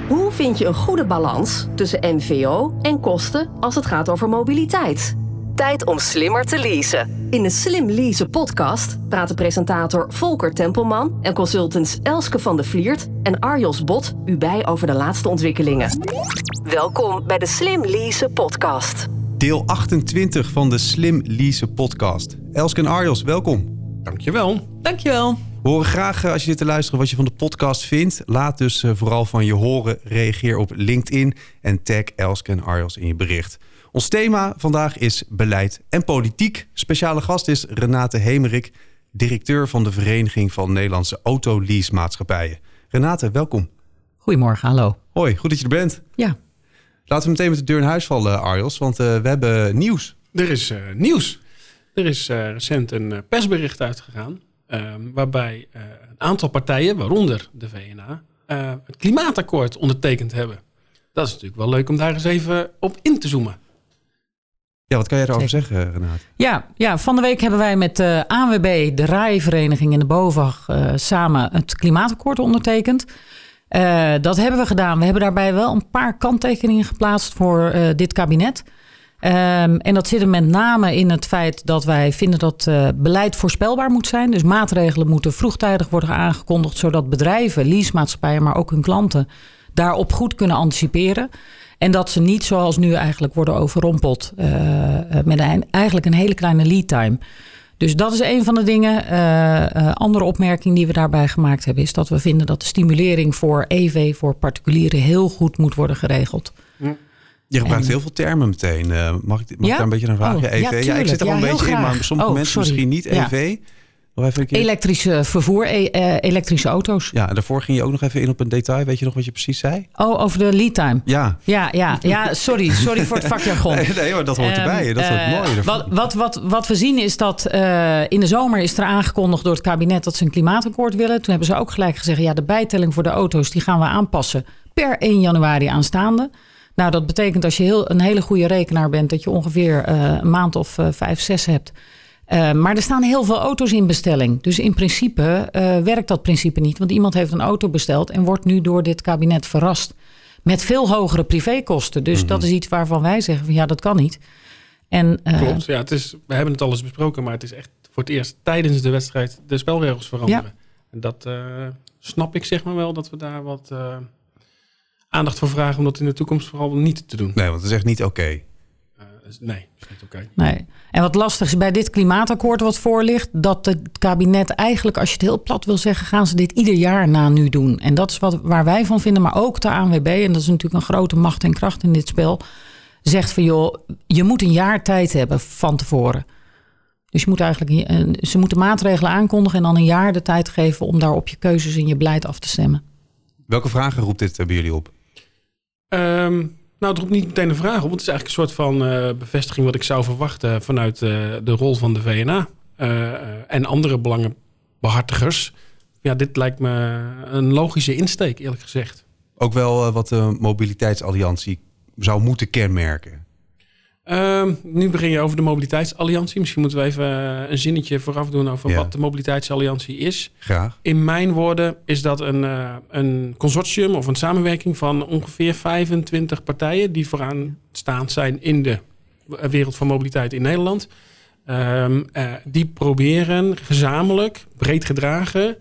Hoe vind je een goede balans tussen MVO en kosten als het gaat over mobiliteit? Tijd om slimmer te leasen. In de Slim Leasen podcast praten presentator Volker Tempelman en consultants Elske van der Vliert en Arjos Bot u bij over de laatste ontwikkelingen. Welkom bij de Slim Leasen podcast. Deel 28 van de Slim Leasen podcast. Elske en Arjos, welkom. Dankjewel. Dankjewel. We horen graag als je zit te luisteren wat je van de podcast vindt. Laat dus vooral van je horen. Reageer op LinkedIn en tag Elske en Arjos in je bericht. Ons thema vandaag is beleid en politiek. Speciale gast is Renate Hemerik, directeur van de Vereniging van Nederlandse Autoleasemaatschappijen. Renate, welkom. Goedemorgen, hallo. Hoi, goed dat je er bent. Ja. Laten we meteen met de deur in huis vallen, Arjos, want we hebben nieuws. Er is nieuws. Er is recent een persbericht uitgegaan waarbij een aantal partijen, waaronder de VNA, het klimaatakkoord ondertekend hebben. Dat is natuurlijk wel leuk om daar eens even op in te zoomen. Ja, wat kan jij daarover zeggen, Renate? Ja, van de week hebben wij met de ANWB, de RAI-vereniging en de BOVAG samen het klimaatakkoord ondertekend. Dat hebben we gedaan. We hebben daarbij wel een paar kanttekeningen geplaatst voor dit kabinet. En dat zit er met name in het feit dat wij vinden dat beleid voorspelbaar moet zijn. Dus maatregelen moeten vroegtijdig worden aangekondigd, zodat bedrijven, leasemaatschappijen, maar ook hun klanten daarop goed kunnen anticiperen. En dat ze niet zoals nu eigenlijk worden overrompeld met eigenlijk een hele kleine lead time. Dus dat is een van de dingen. Andere opmerking die we daarbij gemaakt hebben is dat we vinden dat de stimulering voor EV, voor particulieren, heel goed moet worden geregeld. Je gebruikt heel veel termen meteen. Mag ik daar een beetje naar vragen? EV? Ja, ik zit er al een beetje in, maar sommige mensen misschien niet. EV? Nog even een keer. Elektrische vervoer, elektrische auto's. Ja, en daarvoor ging je ook nog even in op een detail. Weet je nog wat je precies zei? Oh, over de lead time. Ja, sorry voor het vakjargon. Nee, maar dat hoort erbij. Dat is het mooie. Wat we zien is dat in de zomer is er aangekondigd door het kabinet dat ze een klimaatakkoord willen. Toen hebben ze ook gelijk gezegd, ja, de bijtelling voor de auto's die gaan we aanpassen per 1 januari aanstaande. Nou, dat betekent als je een hele goede rekenaar bent, dat je ongeveer een maand of 5, 6 hebt. Maar er staan heel veel auto's in bestelling. Dus in principe werkt dat principe niet. Want iemand heeft een auto besteld en wordt nu door dit kabinet verrast met veel hogere privékosten. Dus dat is iets waarvan wij zeggen van ja, dat kan niet. Klopt, ja, we hebben het al eens besproken, maar het is echt voor het eerst tijdens de wedstrijd de spelregels veranderen. Ja. En dat snap ik zeg maar wel, dat we daar wat aandacht voor vragen om dat in de toekomst vooral niet te doen. Nee, want het is echt niet oké. Nee, dat is niet oké. Nee. En wat lastig is bij dit klimaatakkoord wat voor ligt, dat het kabinet eigenlijk, als je het heel plat wil zeggen, gaan ze dit ieder jaar na nu doen. En dat is waar wij van vinden, maar ook de ANWB, en dat is natuurlijk een grote macht en kracht in dit spel, zegt van joh, je moet een jaar tijd hebben van tevoren. Dus je moet eigenlijk, ze moeten maatregelen aankondigen en dan een jaar de tijd geven om daar op je keuzes en je beleid af te stemmen. Welke vragen roept dit bij jullie op? Nou, het roept niet meteen een vraag op. Want het is eigenlijk een soort van bevestiging wat ik zou verwachten vanuit de rol van de VNA en andere belangenbehartigers. Ja, dit lijkt me een logische insteek, eerlijk gezegd. Ook wel wat de mobiliteitsalliantie zou moeten kenmerken. Nu begin je over de mobiliteitsalliantie. Misschien moeten we even een zinnetje vooraf doen over wat de mobiliteitsalliantie is. Graag. In mijn woorden is dat een consortium of een samenwerking van ongeveer 25 partijen die vooraanstaand zijn in de wereld van mobiliteit in Nederland. Die proberen gezamenlijk, breed gedragen,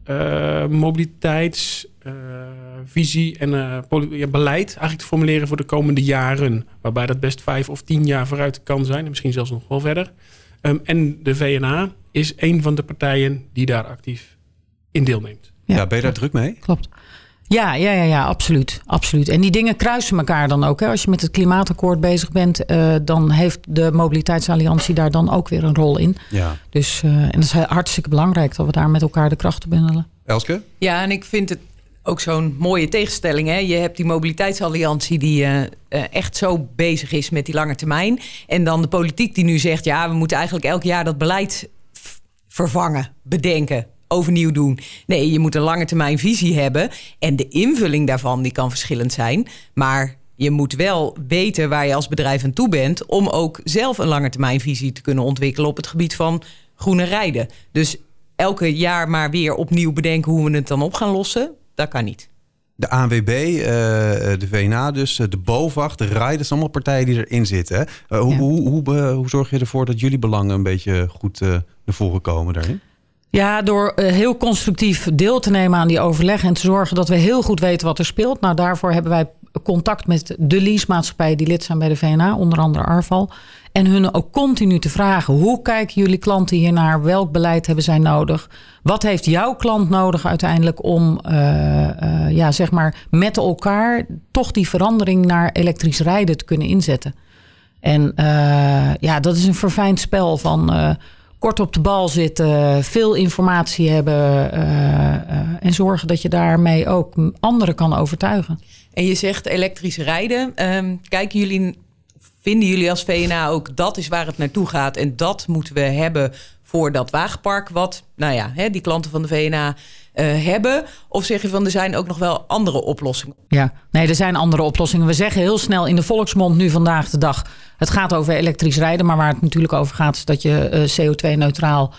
mobiliteitsvisie en beleid eigenlijk te formuleren voor de komende jaren. Waarbij dat best 5 of 10 jaar vooruit kan zijn. En misschien zelfs nog wel verder. En de VNA is een van de partijen die daar actief in deelneemt. Ja, ben je daar druk mee? Klopt. Ja, absoluut. En die dingen kruisen elkaar dan ook. Hè. Als je met het klimaatakkoord bezig bent, dan heeft de mobiliteitsalliantie daar dan ook weer een rol in. Ja. Dus, en dat is hartstikke belangrijk dat we daar met elkaar de krachten bundelen. Elske? Ja, en ik vind het ook zo'n mooie tegenstelling. Hè? Je hebt die mobiliteitsalliantie die echt zo bezig is met die lange termijn. En dan de politiek die nu zegt, ja, we moeten eigenlijk elk jaar dat beleid vervangen, bedenken, overnieuw doen. Nee, je moet een lange termijn visie hebben. En de invulling daarvan die kan verschillend zijn. Maar je moet wel weten waar je als bedrijf aan toe bent om ook zelf een lange termijn visie te kunnen ontwikkelen op het gebied van groene rijden. Dus elke jaar maar weer opnieuw bedenken hoe we het dan op gaan lossen, dat kan niet. De ANWB, de VNA dus, de BOVAG, de RAI, dat zijn allemaal partijen die erin zitten. Hè? Hoe zorg je ervoor dat jullie belangen een beetje goed naar voren komen daarin? Ja, door heel constructief deel te nemen aan die overleg en te zorgen dat we heel goed weten wat er speelt. Nou, daarvoor hebben wij contact met de leasemaatschappijen die lid zijn bij de VNA, onder andere Arval. En hun ook continu te vragen, hoe kijken jullie klanten hiernaar? Welk beleid hebben zij nodig? Wat heeft jouw klant nodig uiteindelijk om zeg maar met elkaar toch die verandering naar elektrisch rijden te kunnen inzetten? En dat is een verfijnd spel van kort op de bal zitten, veel informatie hebben en zorgen dat je daarmee ook anderen kan overtuigen. En je zegt elektrisch rijden. Vinden jullie als VNA ook dat is waar het naartoe gaat en dat moeten we hebben voor dat wagenpark wat die klanten van de VNA hebben? Of zeg je van er zijn ook nog wel andere oplossingen? Ja, nee, er zijn andere oplossingen. We zeggen heel snel in de volksmond nu vandaag de dag, het gaat over elektrisch rijden, maar waar het natuurlijk over gaat is dat je CO2-neutraal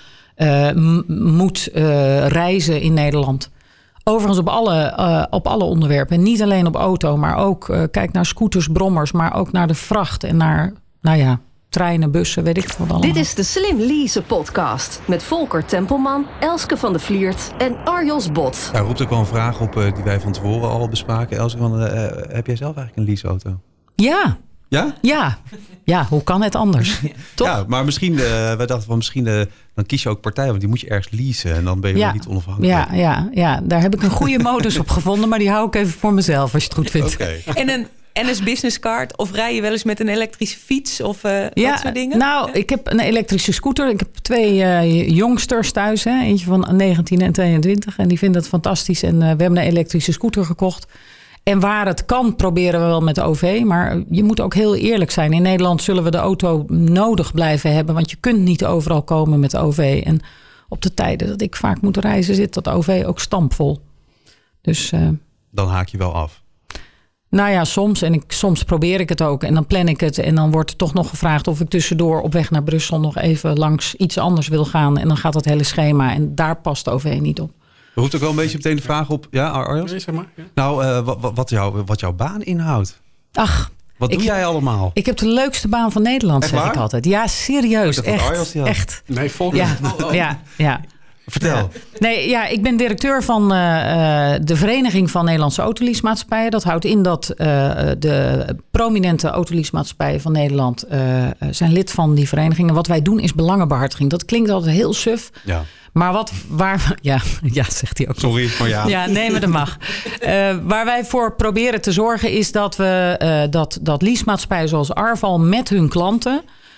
moet reizen in Nederland. Overigens op alle onderwerpen. En niet alleen op auto, maar ook kijk naar scooters, brommers, maar ook naar de vracht en naar, treinen, bussen, weet ik wat allemaal. Dit is de Slim Leasen podcast met Volker Tempelman, Elske van de Vliert en Arjos Bot. Daar roept ook wel een vraag op die wij van tevoren al bespraken. Elske, heb jij zelf eigenlijk een leaseauto? Ja. Ja? Ja, hoe kan het anders? Toch? Ja, maar misschien, wij dachten van dan kies je ook partijen, want die moet je ergens leasen en dan ben je wel niet onafhankelijk. Ja, daar heb ik een goede modus op gevonden, maar die hou ik even voor mezelf als je het goed vindt. Okay. En een NS Business Card of rij je wel eens met een elektrische fiets of dat soort dingen? Nou, ik heb een elektrische scooter. Ik heb 2 jongsters thuis, hè? Eentje van 19 en 22 en die vinden het fantastisch en we hebben een elektrische scooter gekocht. En waar het kan, proberen we wel met de OV. Maar je moet ook heel eerlijk zijn. In Nederland zullen we de auto nodig blijven hebben. Want je kunt niet overal komen met de OV. En op de tijden dat ik vaak moet reizen, zit dat OV ook stampvol. Dus, dan haak je wel af. Nou ja, soms. En soms probeer ik het ook. En dan plan ik het. En dan wordt er toch nog gevraagd of ik tussendoor op weg naar Brussel nog even langs iets anders wil gaan. En dan gaat dat hele schema. En daar past de OV niet op. Er roept ook wel een beetje meteen de vraag op. Ja, Arjos? Nee, zeg maar. Ja. Nou, wat jouw baan inhoudt. Ach. Wat doe jij allemaal? Ik heb de leukste baan van Nederland, echt zeg waar? Ik altijd. Ja, serieus. Echt. Nee, Volker. Ja. Vertel. Ja. Nee, ik ben directeur van de Vereniging van Nederlandse Autoleasemaatschappijen. Dat houdt in dat de prominente autoleasemaatschappijen van Nederland zijn lid van die vereniging. En wat wij doen is belangenbehartiging. Dat klinkt altijd heel suf. Ja. Maar ja, zegt hij ook. Sorry, maar ja. Ja, nee, maar dat mag. Waar wij voor proberen te zorgen is dat we dat leasemaatschappijen zoals Arval met hun klanten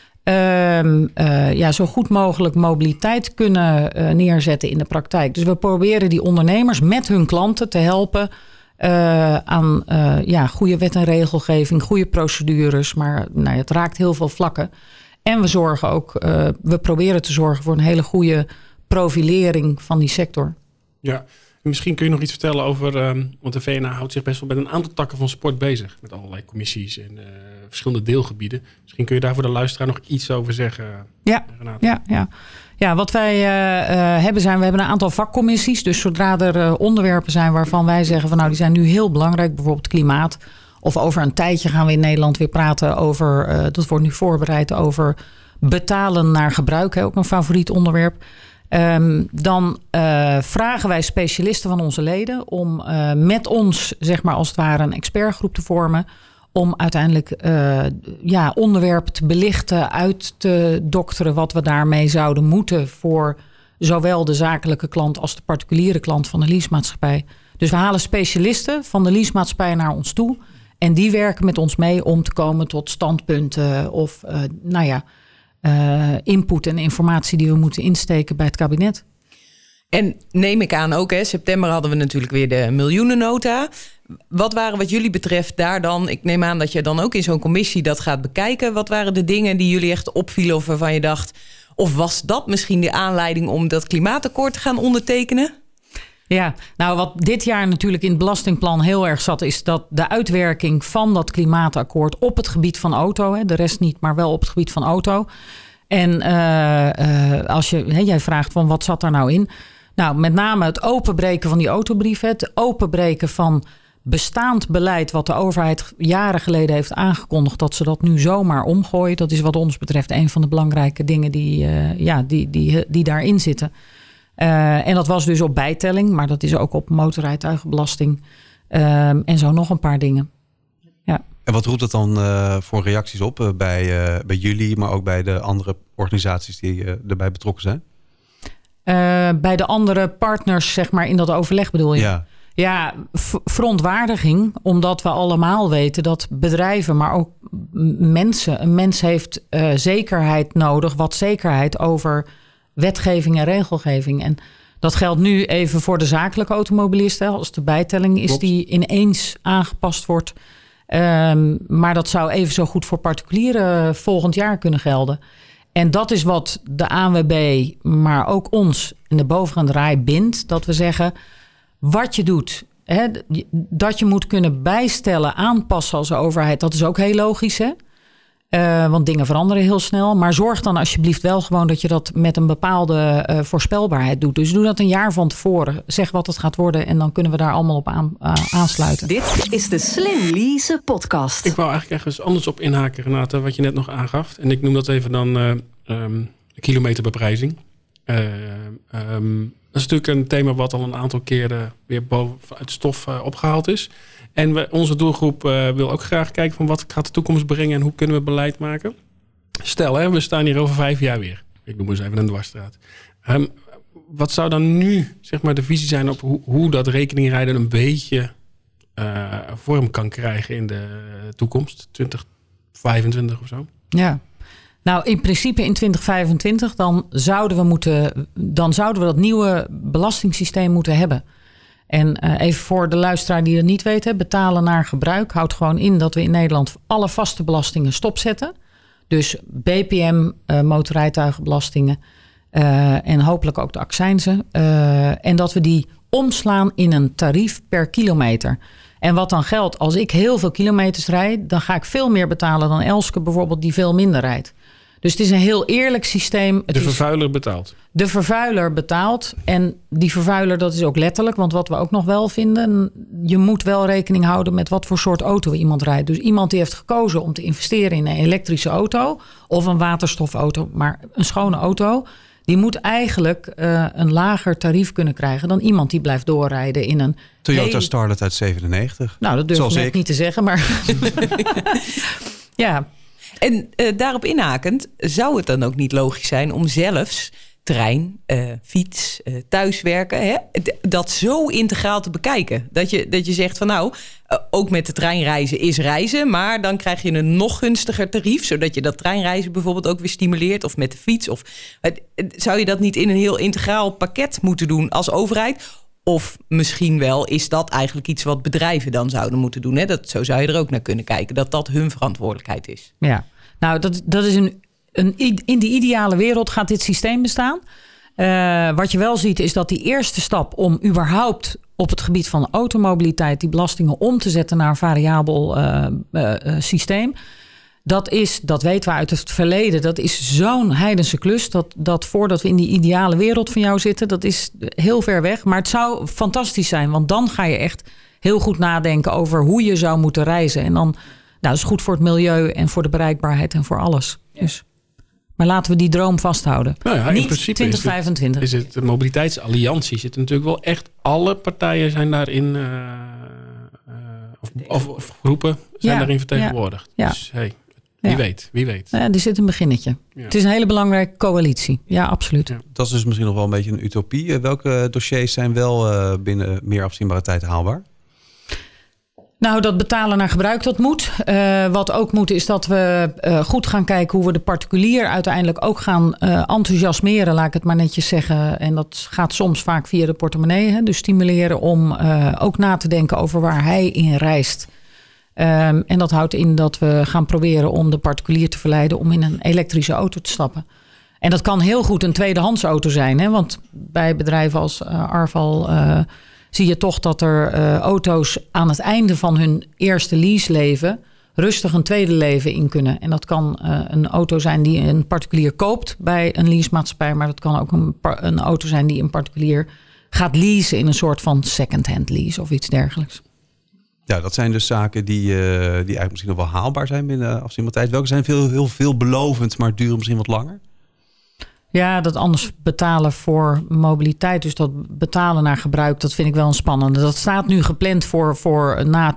zo goed mogelijk mobiliteit kunnen neerzetten in de praktijk. Dus we proberen die ondernemers met hun klanten te helpen aan goede wet en regelgeving, goede procedures. Maar het raakt heel veel vlakken. En we proberen te zorgen voor een hele goede profilering van die sector. Ja, misschien kun je nog iets vertellen over, want de VNA houdt zich best wel met een aantal takken van sport bezig. Met allerlei commissies en verschillende deelgebieden. Misschien kun je daar voor de luisteraar nog iets over zeggen, Renate. Ja, wat wij we hebben een aantal vakcommissies. Dus zodra er onderwerpen zijn waarvan wij zeggen van die zijn nu heel belangrijk. Bijvoorbeeld klimaat. Of over een tijdje gaan we in Nederland weer praten over, dat wordt nu voorbereid over betalen naar gebruik. Hè, ook een favoriet onderwerp. Dan vragen wij specialisten van onze leden om met ons, zeg maar als het ware, een expertgroep te vormen. Om uiteindelijk onderwerpen te belichten, uit te dokteren wat we daarmee zouden moeten voor zowel de zakelijke klant als de particuliere klant van de leasemaatschappij. Dus we halen specialisten van de leasemaatschappij naar ons toe. En die werken met ons mee om te komen tot standpunten of input en informatie die we moeten insteken bij het kabinet. En neem ik aan ook, september hadden we natuurlijk weer de miljoenennota. Wat waren wat jullie betreft daar dan, ik neem aan dat je dan ook in zo'n commissie dat gaat bekijken. Wat waren de dingen die jullie echt opvielen of waarvan je dacht, of was dat misschien de aanleiding om dat klimaatakkoord te gaan ondertekenen? Ja, nou wat dit jaar natuurlijk in het belastingplan heel erg zat, is dat de uitwerking van dat klimaatakkoord op het gebied van auto, de rest niet, maar wel op het gebied van auto. En als jij vraagt van wat zat daar nou in? Nou, met name het openbreken van die autobrief, het openbreken van bestaand beleid wat de overheid jaren geleden heeft aangekondigd, dat ze dat nu zomaar omgooien. Dat is wat ons betreft een van de belangrijke dingen die daarin zitten. En dat was dus op bijtelling, maar dat is ook op motorrijtuigenbelasting en zo nog een paar dingen. Ja. En wat roept dat dan voor reacties op bij jullie, maar ook bij de andere organisaties die erbij betrokken zijn? Bij de andere partners, zeg maar, in dat overleg bedoel je? Ja, verontwaardiging, omdat we allemaal weten dat bedrijven, maar ook mensen, een mens heeft zekerheid nodig, wat zekerheid over wetgeving en regelgeving. En dat geldt nu even voor de zakelijke automobilisten, als de bijtelling is die ineens aangepast wordt. Maar dat zou even zo goed voor particulieren volgend jaar kunnen gelden. En dat is wat de ANWB, maar ook ons in de bovengaande rij bindt. Dat we zeggen, wat je doet, hè, dat je moet kunnen bijstellen, aanpassen als overheid. Dat is ook heel logisch, hè? Want dingen veranderen heel snel. Maar zorg dan alsjeblieft wel gewoon dat je dat met een bepaalde voorspelbaarheid doet. Dus doe dat een jaar van tevoren. Zeg wat het gaat worden en dan kunnen we daar allemaal op aansluiten. Dit is de Slim Lease podcast. Ik wou eigenlijk ergens anders op inhaken, Renate, wat je net nog aangaf. En ik noem dat even dan kilometerbeprijzing. Dat is natuurlijk een thema wat al een aantal keren weer uit stof opgehaald is. En onze doelgroep wil ook graag kijken van wat gaat de toekomst brengen en hoe kunnen we beleid maken. Stel, hè, we staan hier over 5 jaar weer. Ik noem eens even een dwarsstraat. Wat zou dan nu zeg maar de visie zijn op hoe dat rekeningrijden een beetje vorm kan krijgen in de toekomst? 2025 of zo? Ja. Nou, in principe in 2025 dan zouden we dat nieuwe belastingssysteem moeten hebben. En even voor de luisteraar die het niet weet, hè, betalen naar gebruik houdt gewoon in dat we in Nederland alle vaste belastingen stopzetten. Dus BPM, motorrijtuigenbelastingen en hopelijk ook de accijnzen. En dat we die omslaan in een tarief per kilometer. En wat dan geldt, als ik heel veel kilometers rijd, dan ga ik veel meer betalen dan Elske bijvoorbeeld die veel minder rijdt. Dus het is een heel eerlijk systeem. De vervuiler betaalt. De vervuiler betaalt. En die vervuiler, dat is ook letterlijk. Want wat we ook nog wel vinden, je moet wel rekening houden met wat voor soort auto iemand rijdt. Dus iemand die heeft gekozen om te investeren in een elektrische auto of een waterstofauto, maar een schone auto, die moet eigenlijk een lager tarief kunnen krijgen dan iemand die blijft doorrijden in een Toyota Starlet uit 97. Nou, dat durf ik net niet te zeggen, maar ja. En daarop inhakend, zou het dan ook niet logisch zijn om zelfs trein, fiets, thuiswerken, dat zo integraal te bekijken? Dat je zegt van nou, ook met de treinreizen is reizen, maar dan krijg je een nog gunstiger tarief, zodat je dat treinreizen bijvoorbeeld ook weer stimuleert, of met de fiets. Of zou je dat niet in een heel integraal pakket moeten doen als overheid? Of misschien wel is dat eigenlijk iets wat bedrijven dan zouden moeten doen. Hè? Zo zou je er ook naar kunnen kijken. Dat hun verantwoordelijkheid is. Ja, nou dat is in die ideale wereld gaat dit systeem bestaan. Wat je wel ziet is dat die eerste stap om überhaupt op het gebied van automobiliteit die belastingen om te zetten naar een variabel systeem. Dat weten we uit het verleden. Dat is zo'n heidense klus. Dat voordat we in die ideale wereld van jou zitten, dat is heel ver weg. Maar het zou fantastisch zijn. Want dan ga je echt heel goed nadenken over hoe je zou moeten reizen. En dan, dat is goed voor het milieu en voor de bereikbaarheid en voor alles. Ja. Dus, maar laten we die droom vasthouden. Nou ja, niet in principe 2025. Is het de mobiliteitsalliantie zit natuurlijk wel echt. Alle partijen zijn daarin of groepen zijn daarin vertegenwoordigd. Ja. Dus hey. Wie weet. Ja, er zit een beginnetje. Ja. Het is een hele belangrijke coalitie. Ja, absoluut. Ja. Dat is dus misschien nog wel een beetje een utopie. Welke dossiers zijn wel binnen meer afzienbare tijd haalbaar? Nou, dat betalen naar gebruik, dat moet. Wat ook moet, is dat we goed gaan kijken hoe we de particulier uiteindelijk ook gaan enthousiasmeren, laat ik het maar netjes zeggen. En dat gaat soms vaak via de portemonnee. Hè? Dus stimuleren om ook na te denken over waar hij in reist. En dat houdt in dat we gaan proberen om de particulier te verleiden om in een elektrische auto te stappen. En dat kan heel goed een tweedehands auto zijn. Hè? Want bij bedrijven als Arval zie je toch dat er auto's aan het einde van hun eerste leaseleven rustig een tweede leven in kunnen. En dat kan een auto zijn die een particulier koopt bij een leasemaatschappij. Maar dat kan ook een auto zijn die een particulier gaat leasen in een soort van second-hand lease of iets dergelijks. Ja, dat zijn dus zaken die eigenlijk misschien nog wel haalbaar zijn binnen afzienbare tijd. Welke zijn heel veelbelovend, maar duren misschien wat langer? Ja, dat anders betalen voor mobiliteit. Dus dat betalen naar gebruik, dat vind ik wel een spannende. Dat staat nu gepland voor na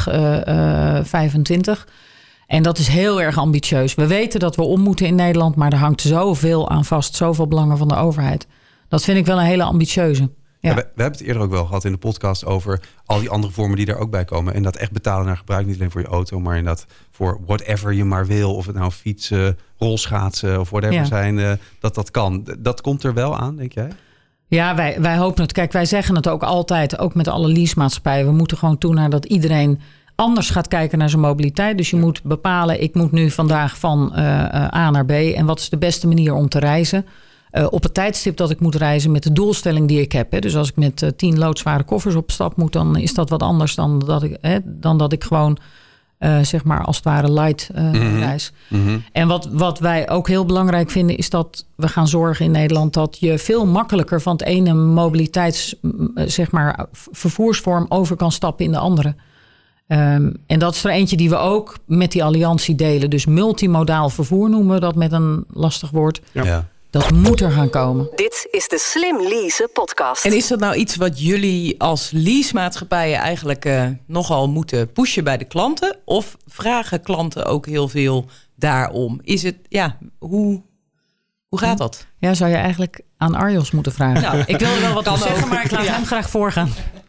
2025. En dat is heel erg ambitieus. We weten dat we om moeten in Nederland, maar er hangt zoveel aan vast. Zoveel belangen van de overheid. Dat vind ik wel een hele ambitieuze. Ja. Ja, we hebben het eerder ook wel gehad in de podcast over al die andere vormen die daar ook bij komen. En dat echt betalen naar gebruik, niet alleen voor je auto, maar inderdaad voor whatever je maar wil. Of het nou fietsen, rolschaatsen of whatever zijn, dat kan. Dat komt er wel aan, denk jij? Ja, wij hopen het. Kijk, wij zeggen het ook altijd, ook met alle leasemaatschappijen. We moeten gewoon toe naar dat iedereen anders gaat kijken naar zijn mobiliteit. Dus je moet bepalen, ik moet nu vandaag van A naar B. En wat is de beste manier om te reizen? Op het tijdstip dat ik moet reizen met de doelstelling die ik heb. Hè. Dus als ik met 10 loodzware koffers op stap moet, dan is dat wat anders dan dat ik gewoon zeg maar als het ware light reis. Mm-hmm. En wat wij ook heel belangrijk vinden, is dat we gaan zorgen in Nederland dat je veel makkelijker van het ene mobiliteits zeg maar vervoersvorm over kan stappen in de andere. En dat is er eentje die we ook met die alliantie delen. Dus multimodaal vervoer noemen we dat met een lastig woord. Ja. Dat moet er gaan komen. Dit is de Slim Leasen podcast. En is dat nou iets wat jullie als leasemaatschappijen eigenlijk nogal moeten pushen bij de klanten? Of vragen klanten ook heel veel daarom? Is het, hoe gaat dat? Ja, zou je eigenlijk aan Arjos moeten vragen. Nou, ik wil er wel wat over zeggen, maar ik laat hem graag voorgaan.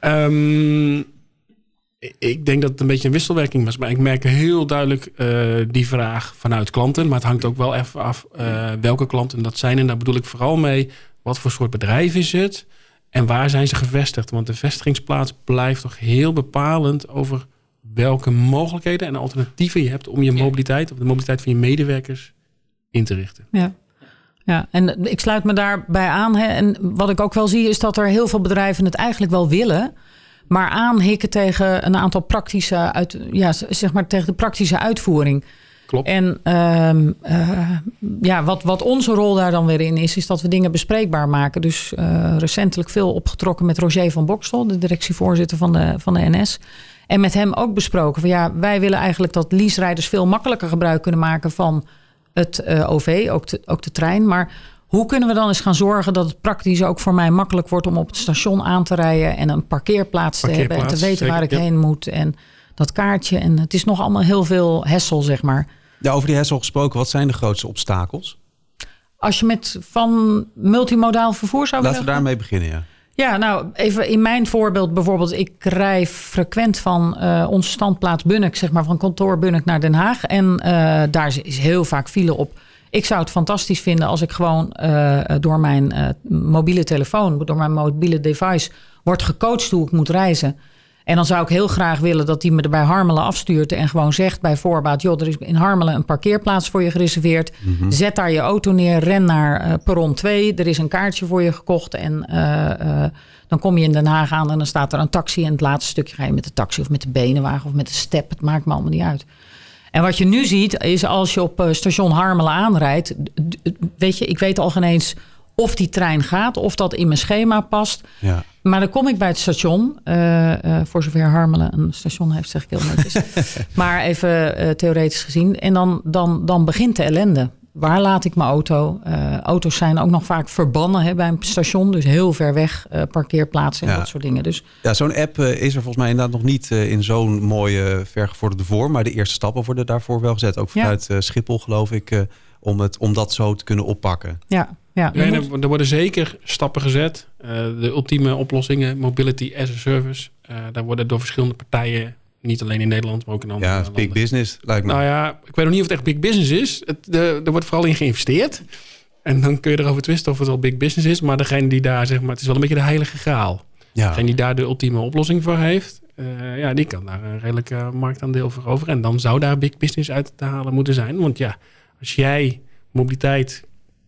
Ik denk dat het een beetje een wisselwerking was. Maar ik merk heel duidelijk die vraag vanuit klanten. Maar het hangt ook wel even af welke klanten dat zijn. En daar bedoel ik vooral mee, wat voor soort bedrijf is het? En waar zijn ze gevestigd? Want de vestigingsplaats blijft toch heel bepalend over welke mogelijkheden en alternatieven je hebt om je mobiliteit of de mobiliteit van je medewerkers in te richten. Ja, en ik sluit me daarbij aan. Hè. En wat ik ook wel zie is dat er heel veel bedrijven het eigenlijk wel willen, maar aanhikken tegen een aantal praktische tegen de praktische uitvoering. Klopt. En wat onze rol daar dan weer in is dat we dingen bespreekbaar maken. Dus recentelijk veel opgetrokken met Roger van Bokstel, de directievoorzitter van de NS. En met hem ook besproken van wij willen eigenlijk dat leaserijders veel makkelijker gebruik kunnen maken van het OV, ook de trein. Maar hoe kunnen we dan eens gaan zorgen dat het praktisch ook voor mij makkelijk wordt om op het station aan te rijden en een parkeerplaats te hebben en te weten waar ik heen moet en dat kaartje. En het is nog allemaal heel veel hassle, zeg maar. Ja, over die hassle gesproken, wat zijn de grootste obstakels? Als je van multimodaal vervoer zou willen. Laten we daarmee beginnen, ja. Ja, nou, even in mijn voorbeeld bijvoorbeeld. Ik rij frequent van onze standplaats Bunnik, zeg maar van kantoor Bunnik naar Den Haag. En daar is heel vaak file op. Ik zou het fantastisch vinden als ik gewoon door mijn mobiele telefoon, door mijn mobiele device, wordt gecoacht hoe ik moet reizen. En dan zou ik heel graag willen dat die me er bij Harmelen afstuurt en gewoon zegt bij voorbaat, joh, er is in Harmelen een parkeerplaats voor je gereserveerd. Mm-hmm. Zet daar je auto neer, ren naar perron 2. Er is een kaartje voor je gekocht en dan kom je in Den Haag aan en dan staat er een taxi. En het laatste stukje ga je met de taxi of met de benenwagen of met de step. Het maakt me allemaal niet uit. En wat je nu ziet is als je op station Harmelen aanrijdt, weet je, ik weet al geen eens of die trein gaat, of dat in mijn schema past. Ja. Maar dan kom ik bij het station, voor zover Harmelen een station heeft, zeg ik heel netjes. Maar even theoretisch gezien. En dan begint de ellende. Waar laat ik mijn auto? Auto's zijn ook nog vaak verbannen bij een station. Dus heel ver weg parkeerplaatsen en dat soort dingen. Dus ja, zo'n app is er volgens mij inderdaad nog niet in zo'n mooie vergevorderde vorm. Maar de eerste stappen worden daarvoor wel gezet. Ook vanuit Schiphol, geloof ik, om dat zo te kunnen oppakken. Ja, er worden zeker stappen gezet. De ultieme oplossingen, mobility as a service. Daar worden door verschillende partijen, niet alleen in Nederland, maar ook in andere landen. Ja, big business, lijkt me. Nou ja, ik weet nog niet of het echt big business is. Er wordt vooral in geïnvesteerd. En dan kun je erover twisten of het wel big business is. Maar degene die daar, zeg maar, het is wel een beetje de heilige graal. Ja. Degene die daar de ultieme oplossing voor heeft, die kan daar een redelijk marktaandeel voor over. En dan zou daar big business uit te halen moeten zijn. Want ja, als jij mobiliteit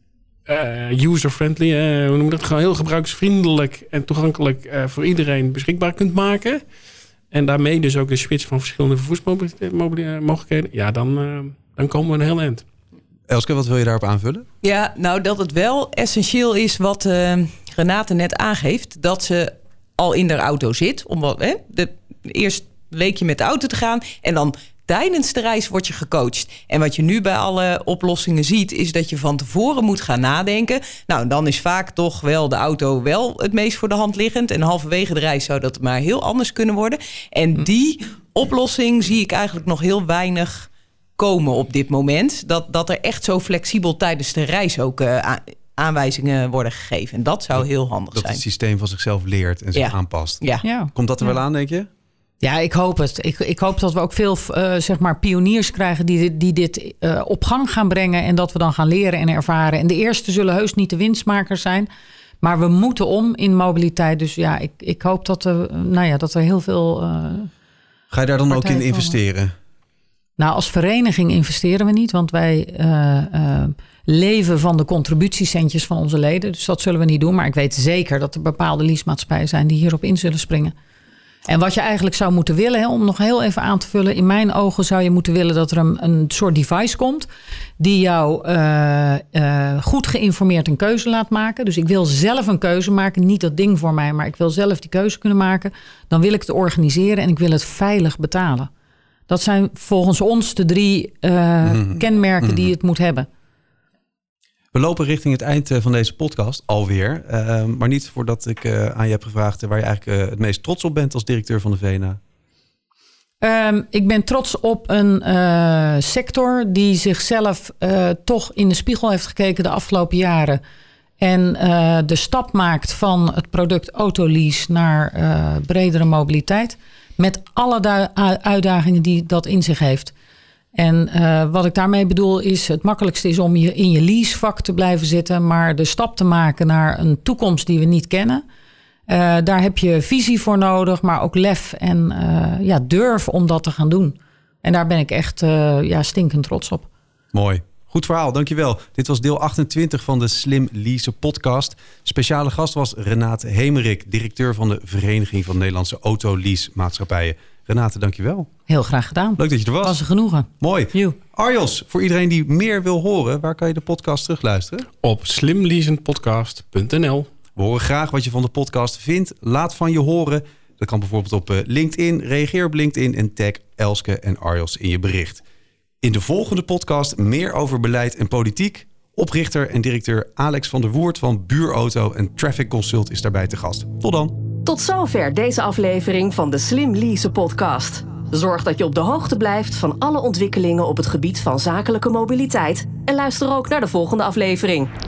user-friendly, hoe noem je dat? Gewoon heel gebruiksvriendelijk en toegankelijk voor iedereen beschikbaar kunt maken. En daarmee dus ook de switch van verschillende vervoersmogelijkheden. Ja, dan komen we een heel eind. Elske, wat wil je daarop aanvullen? Ja, nou dat het wel essentieel is wat Renate net aangeeft. Dat ze al in de auto zit. Eerst leek je met de auto te gaan. En dan tijdens de reis word je gecoacht. En wat je nu bij alle oplossingen ziet, is dat je van tevoren moet gaan nadenken. Nou, dan is vaak toch wel de auto wel het meest voor de hand liggend. En halverwege de reis zou dat maar heel anders kunnen worden. En die oplossing zie ik eigenlijk nog heel weinig komen op dit moment. Dat er echt zo flexibel tijdens de reis ook aanwijzingen worden gegeven. En dat zou heel handig zijn. Dat het systeem van zichzelf leert en zich aanpast. Ja. Komt dat er wel aan, denk je? Ja, ik hoop het. Ik hoop dat we ook veel pioniers krijgen die dit op gang gaan brengen. En dat we dan gaan leren en ervaren. En de eerste zullen heus niet de winstmakers zijn. Maar we moeten om in mobiliteit. Dus ja, ik hoop dat er heel veel... Ga je daar dan ook in investeren? Nou, als vereniging investeren we niet. Want wij leven van de contributiecentjes van onze leden. Dus dat zullen we niet doen. Maar ik weet zeker dat er bepaalde leasemaatschappijen zijn die hierop in zullen springen. En wat je eigenlijk zou moeten willen, om nog heel even aan te vullen. In mijn ogen zou je moeten willen dat er een soort device komt die jou goed geïnformeerd een keuze laat maken. Dus ik wil zelf een keuze maken. Niet dat ding voor mij, maar ik wil zelf die keuze kunnen maken. Dan wil ik het organiseren en ik wil het veilig betalen. Dat zijn volgens ons de 3 kenmerken die het moet hebben. We lopen richting het eind van deze podcast alweer. Maar niet voordat ik aan je heb gevraagd waar je eigenlijk het meest trots op bent als directeur van de VNA. Ik ben trots op een sector die zichzelf toch in de spiegel heeft gekeken de afgelopen jaren. En de stap maakt van het product autolease naar bredere mobiliteit. Met alle uitdagingen die dat in zich heeft. En wat ik daarmee bedoel is, het makkelijkste is om in je leasevak te blijven zitten. Maar de stap te maken naar een toekomst die we niet kennen. Daar heb je visie voor nodig, maar ook lef en durf om dat te gaan doen. En daar ben ik echt stinkend trots op. Mooi. Goed verhaal, dankjewel. Dit was deel 28 van de Slim Leasen podcast. Speciale gast was Renate Hemerik, directeur van de Vereniging van Nederlandse Autolease-maatschappijen. Renate, dankjewel. Heel graag gedaan. Leuk dat je er was. Was er genoegen. Mooi. You. Arjos, voor iedereen die meer wil horen, waar kan je de podcast terugluisteren? Op slimleasenpodcast.nl. We horen graag wat je van de podcast vindt. Laat van je horen. Dat kan bijvoorbeeld op LinkedIn. Reageer op LinkedIn en tag Elske en Arjos in je bericht. In de volgende podcast meer over beleid en politiek. Oprichter en directeur Alex van der Woert van Buurauto en Traffic Consult is daarbij te gast. Tot dan. Tot zover deze aflevering van de Slim Leasen podcast. Zorg dat je op de hoogte blijft van alle ontwikkelingen op het gebied van zakelijke mobiliteit. En luister ook naar de volgende aflevering.